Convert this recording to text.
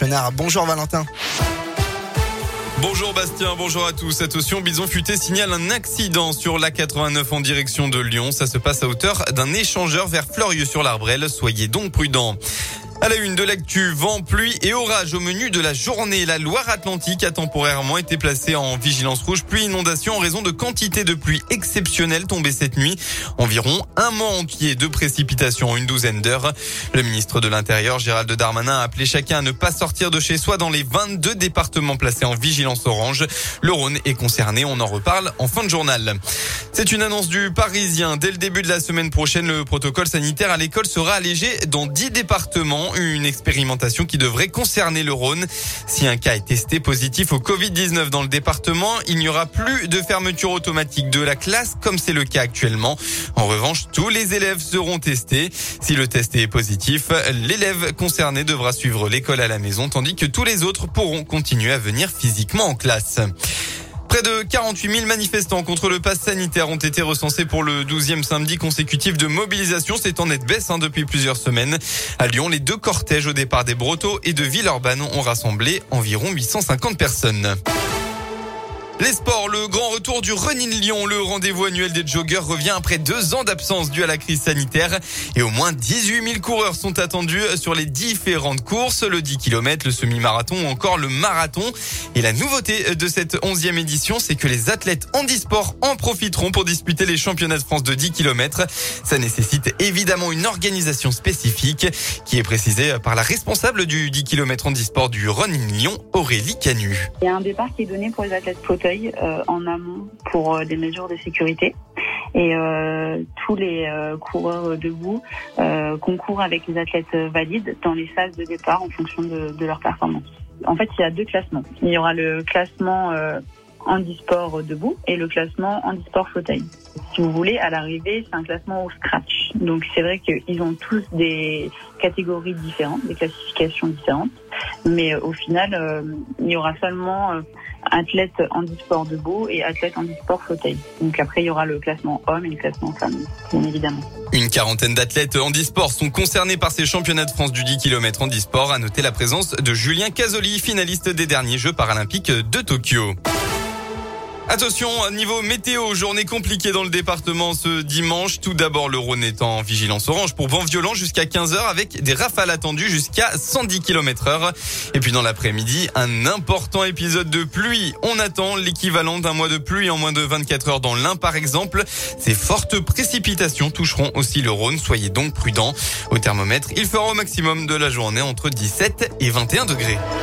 Chenard. Bonjour Valentin. Bonjour Bastien, bonjour à tous. Attention, Bison Futé signale un accident sur l'A89 en direction de Lyon. Ça se passe à hauteur d'un échangeur vers Fleurieux-sur-l'Arbrelle. Soyez donc prudents. À la une de l'actu, vent, pluie et orage au menu de la journée. La Loire-Atlantique a temporairement été placée en vigilance rouge pluie inondation en raison de quantité de pluie exceptionnelle tombée cette nuit. Environ un mois entier de précipitations en une douzaine d'heures. Le ministre de l'Intérieur, Gérald Darmanin, a appelé chacun à ne pas sortir de chez soi dans les 22 départements placés en vigilance orange. Le Rhône est concerné, on en reparle en fin de journal. C'est une annonce du Parisien. Dès le début de la semaine prochaine, le protocole sanitaire à l'école sera allégé dans 10 départements. Une expérimentation qui devrait concerner le Rhône. Si un cas est testé positif au Covid-19 dans le département, il n'y aura plus de fermeture automatique de la classe comme c'est le cas actuellement. En revanche, tous les élèves seront testés. Si le test est positif, l'élève concerné devra suivre l'école à la maison, tandis que tous les autres pourront continuer à venir physiquement en classe. Près de 48 000 manifestants contre le pass sanitaire ont été recensés pour le 12e samedi consécutif de mobilisation. C'est en nette baisse depuis plusieurs semaines. À Lyon, les 2 cortèges au départ des Brotteaux et de Villeurbanne ont rassemblé environ 850 personnes. Les sports, le grand retour du Running Lyon. Le rendez-vous annuel des joggeurs revient après 2 ans d'absence due à la crise sanitaire. Et au moins 18 000 coureurs sont attendus sur les différentes courses. Le 10 km, le semi-marathon ou encore le marathon. Et la nouveauté de cette 11e édition, c'est que les athlètes handisport en profiteront pour disputer les championnats de France de 10 km. Ça nécessite évidemment une organisation spécifique qui est précisée par la responsable du 10 km handisport du Running Lyon, Aurélie Canu. Il y a un départ qui est donné pour les athlètes fauteuils en amont pour des mesures de sécurité. Et tous les coureurs debout concourent avec les athlètes valides dans les phases de départ en fonction de leur performance. En fait, il y a 2 classements. Il y aura le classement handisport debout et le classement handisport fauteuil. Si vous voulez, à l'arrivée, c'est un classement au scratch. Donc c'est vrai qu'ils ont tous des catégories différentes, des classifications différentes. Mais au final, il y aura seulement athlète handisport debout et athlète handisport fauteuil. Donc après, il y aura le classement homme et le classement femme, bien évidemment. Une quarantaine d'athlètes handisport sont concernés par ces championnats de France du 10 km handisport. À noter la présence de Julien Casoli, finaliste des derniers Jeux paralympiques de Tokyo. Attention, niveau météo, journée compliquée dans le département ce dimanche. Tout d'abord, le Rhône est en vigilance orange pour vent violent jusqu'à 15h avec des rafales attendues jusqu'à 110 km/h. Et puis dans l'après-midi, un important épisode de pluie. On attend l'équivalent d'un mois de pluie en moins de 24 heures dans l'Ain par exemple. Ces fortes précipitations toucheront aussi le Rhône. Soyez donc prudents. Au thermomètre, il fera au maximum de la journée entre 17 et 21 degrés.